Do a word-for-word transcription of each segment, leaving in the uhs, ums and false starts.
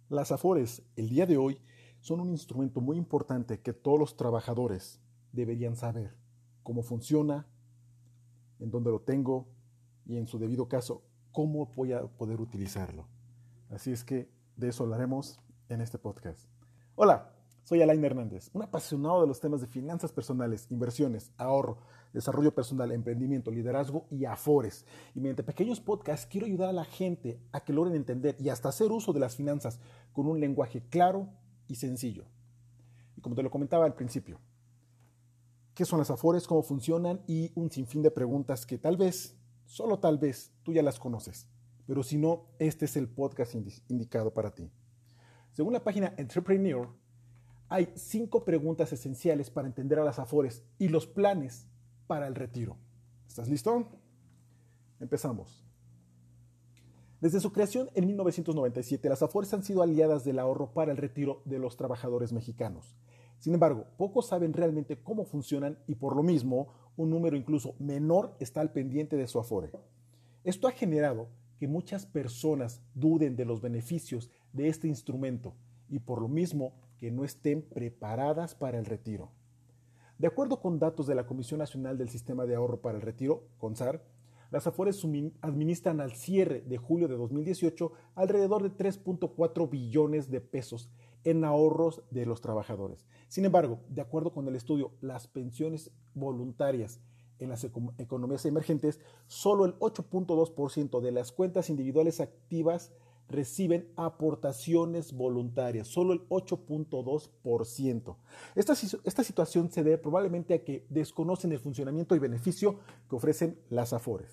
Las Afores, el día de hoy, son un instrumento muy importante que todos los trabajadores deberían saber cómo funciona, en dónde lo tengo y en su debido caso, cómo voy a poder utilizarlo. Así es que de eso hablaremos en este podcast. Hola, soy Alain Hernández, un apasionado de los temas de finanzas personales, inversiones, ahorro, desarrollo personal, emprendimiento, liderazgo y afores. Y mediante pequeños podcasts quiero ayudar a la gente a que logren entender y hasta hacer uso de las finanzas con un lenguaje claro y sencillo. Y como te lo comentaba al principio, ¿qué son las afores? ¿Cómo funcionan? Y un sinfín de preguntas que tal vez, solo tal vez, tú ya las conoces. Pero si no, este es el podcast indicado para ti. Según la página Entrepreneur, hay cinco preguntas esenciales para entender a las afores y los planes para el retiro. ¿Estás listo? Empezamos. Desde su creación en mil novecientos noventa y siete, las afores han sido aliadas del ahorro para el retiro de los trabajadores mexicanos. Sin embargo, pocos saben realmente cómo funcionan y por lo mismo, un número incluso menor está al pendiente de su afore. Esto ha generado que muchas personas duden de los beneficios de este instrumento y por lo mismo que no estén preparadas para el retiro. De acuerdo con datos de la Comisión Nacional del Sistema de Ahorro para el Retiro, CONSAR, las afores administran al cierre de julio de dos mil dieciocho alrededor de tres punto cuatro billones de pesos en ahorros de los trabajadores. Sin embargo, de acuerdo con el estudio Las pensiones voluntarias en las economías emergentes, solo el ocho punto dos por ciento de las cuentas individuales activas reciben aportaciones voluntarias, solo el ocho punto dos por ciento. Esta, esta situación se debe probablemente a que desconocen el funcionamiento y beneficio que ofrecen las afores.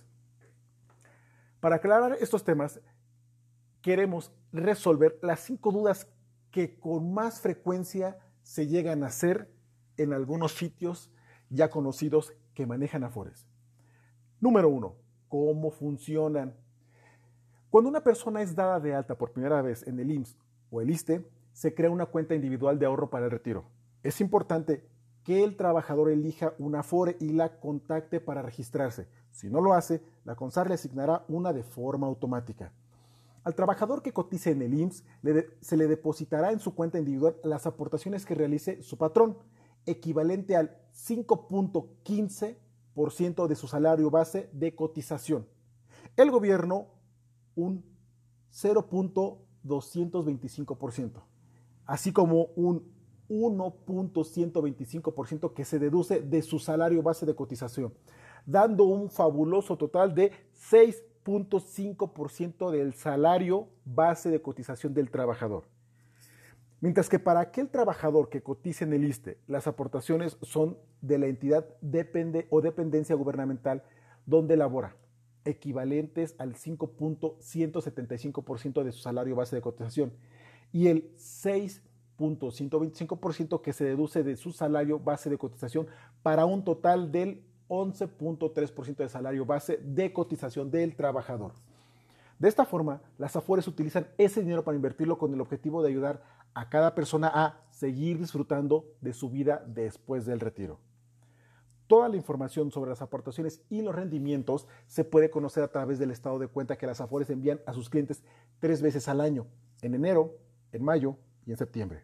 Para aclarar estos temas, queremos resolver las cinco dudas que con más frecuencia se llegan a hacer en algunos sitios ya conocidos que manejan afores. Número uno, ¿cómo funcionan? Cuando una persona es dada de alta por primera vez en el I M S S o el ISSSTE, se crea una cuenta individual de ahorro para el retiro. Es importante que el trabajador elija una afore y la contacte para registrarse. Si no lo hace, la CONSAR le asignará una de forma automática. Al trabajador que cotice en el I M S S le de, se le depositará en su cuenta individual las aportaciones que realice su patrón, equivalente al cinco punto quince por ciento de su salario base de cotización. El gobierno un cero punto doscientos veinticinco por ciento, así como un uno punto ciento veinticinco por ciento que se deduce de su salario base de cotización, dando un fabuloso total de seis punto cinco por ciento del salario base de cotización del trabajador. Mientras que para aquel trabajador que cotice en el ISSSTE, las aportaciones son de la entidad depende o dependencia gubernamental donde labora, equivalentes al cinco punto ciento setenta y cinco por ciento de su salario base de cotización y el seis punto ciento veinticinco por ciento que se deduce de su salario base de cotización para un total del once punto tres por ciento de salario base de cotización del trabajador. De esta forma, las afores utilizan ese dinero para invertirlo con el objetivo de ayudar a cada persona a seguir disfrutando de su vida después del retiro. Toda la información sobre las aportaciones y los rendimientos se puede conocer a través del estado de cuenta que las afores envían a sus clientes tres veces al año, en enero, en mayo y en septiembre.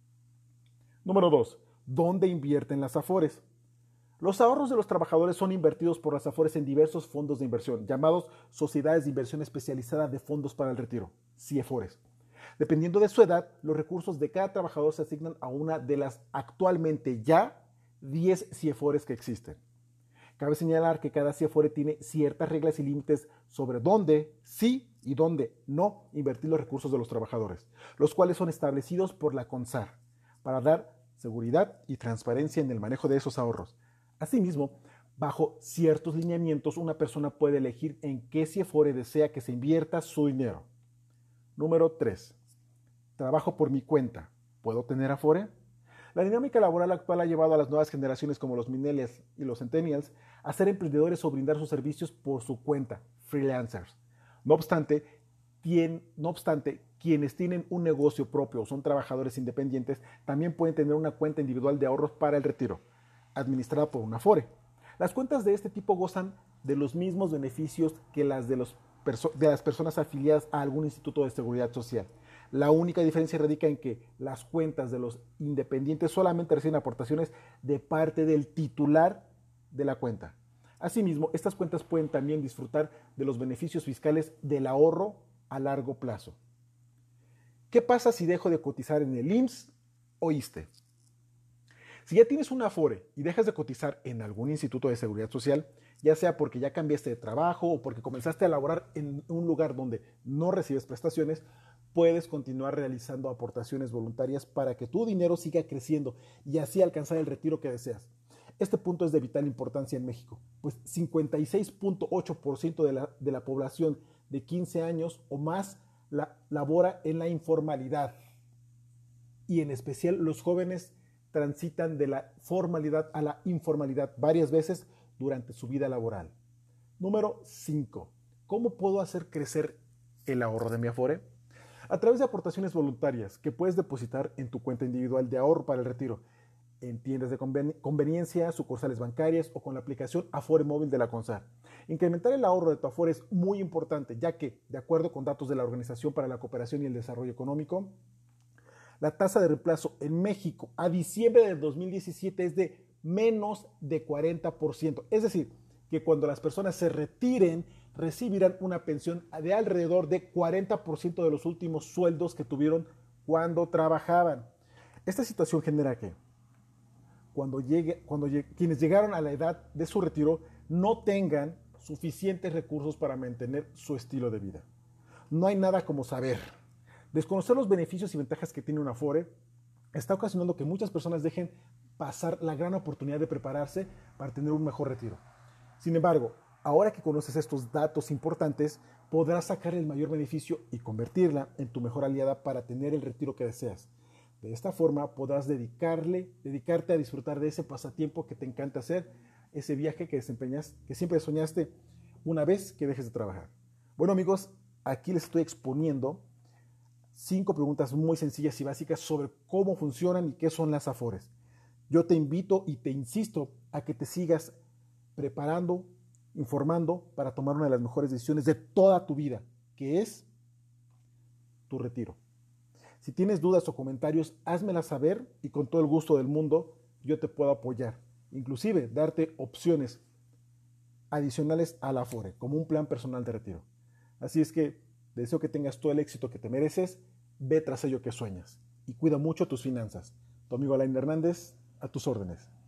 Número dos. ¿Dónde invierten las afores? Los ahorros de los trabajadores son invertidos por las afores en diversos fondos de inversión, llamados Sociedades de Inversión Especializada de Fondos para el Retiro, C I E Fores. Dependiendo de su edad, los recursos de cada trabajador se asignan a una de las actualmente ya diez C I E Fores que existen. Cabe señalar que cada C I E Fore tiene ciertas reglas y límites sobre dónde sí y dónde no invertir los recursos de los trabajadores, los cuales son establecidos por la CONSAR para dar seguridad y transparencia en el manejo de esos ahorros. Asimismo, bajo ciertos lineamientos, una persona puede elegir en qué C I E Fore desea que se invierta su dinero. Número tres. Trabajo por mi cuenta. ¿Puedo tener afore? La dinámica laboral actual ha llevado a las nuevas generaciones como los millennials y los centennials a ser emprendedores o brindar sus servicios por su cuenta, freelancers. No obstante, quien, no obstante, quienes tienen un negocio propio o son trabajadores independientes también pueden tener una cuenta individual de ahorros para el retiro, administrada por una afore. Las cuentas de este tipo gozan de los mismos beneficios que las de, los perso- de las personas afiliadas a algún instituto de seguridad social. La única diferencia radica en que las cuentas de los independientes solamente reciben aportaciones de parte del titular de la cuenta. Asimismo, estas cuentas pueden también disfrutar de los beneficios fiscales del ahorro a largo plazo. ¿Qué pasa si dejo de cotizar en el I M S S o ISSSTE? Si ya tienes un Afore y dejas de cotizar en algún instituto de seguridad social, ya sea porque ya cambiaste de trabajo o porque comenzaste a laborar en un lugar donde no recibes prestaciones, puedes continuar realizando aportaciones voluntarias para que tu dinero siga creciendo y así alcanzar el retiro que deseas. Este punto es de vital importancia en México, pues cincuenta y seis punto ocho por ciento de la, de la población de quince años o más la, labora en la informalidad. Y en especial los jóvenes transitan de la formalidad a la informalidad varias veces durante su vida laboral. Número cinco. ¿Cómo puedo hacer crecer el ahorro de mi Afore? A través de aportaciones voluntarias que puedes depositar en tu cuenta individual de ahorro para el retiro, en tiendas de conveniencia, sucursales bancarias o con la aplicación Afore Móvil de la CONSAR. Incrementar el ahorro de tu Afore es muy importante, ya que, de acuerdo con datos de la Organización para la Cooperación y el Desarrollo Económico, la tasa de reemplazo en México a diciembre de dos mil diecisiete es de menos de cuarenta por ciento. Es decir, que cuando las personas se retiren, recibirán una pensión de alrededor de cuarenta por ciento de los últimos sueldos que tuvieron cuando trabajaban. Esta situación genera que cuando, llegue, cuando llegue, quienes llegaron a la edad de su retiro no tengan suficientes recursos para mantener su estilo de vida. No hay nada como saber. Desconocer los beneficios y ventajas que tiene un Afore está ocasionando que muchas personas dejen pasar la gran oportunidad de prepararse para tener un mejor retiro. Sin embargo, ahora que conoces estos datos importantes, podrás sacar el mayor beneficio y convertirla en tu mejor aliada para tener el retiro que deseas. De esta forma podrás dedicarle, dedicarte a disfrutar de ese pasatiempo que te encanta hacer, ese viaje que desempeñas, que siempre soñaste una vez que dejes de trabajar. Bueno amigos, aquí les estoy exponiendo cinco preguntas muy sencillas y básicas sobre cómo funcionan y qué son las Afores. Yo te invito y te insisto a que te sigas preparando, informando para tomar una de las mejores decisiones de toda tu vida, que es tu retiro. Si tienes dudas o comentarios, házmelas saber y con todo el gusto del mundo yo te puedo apoyar. Inclusive darte opciones adicionales a la Afore, como un plan personal de retiro. Así es que deseo que tengas todo el éxito que te mereces, ve tras ello que sueñas y cuida mucho tus finanzas. Tu amigo Alain Hernández, a tus órdenes.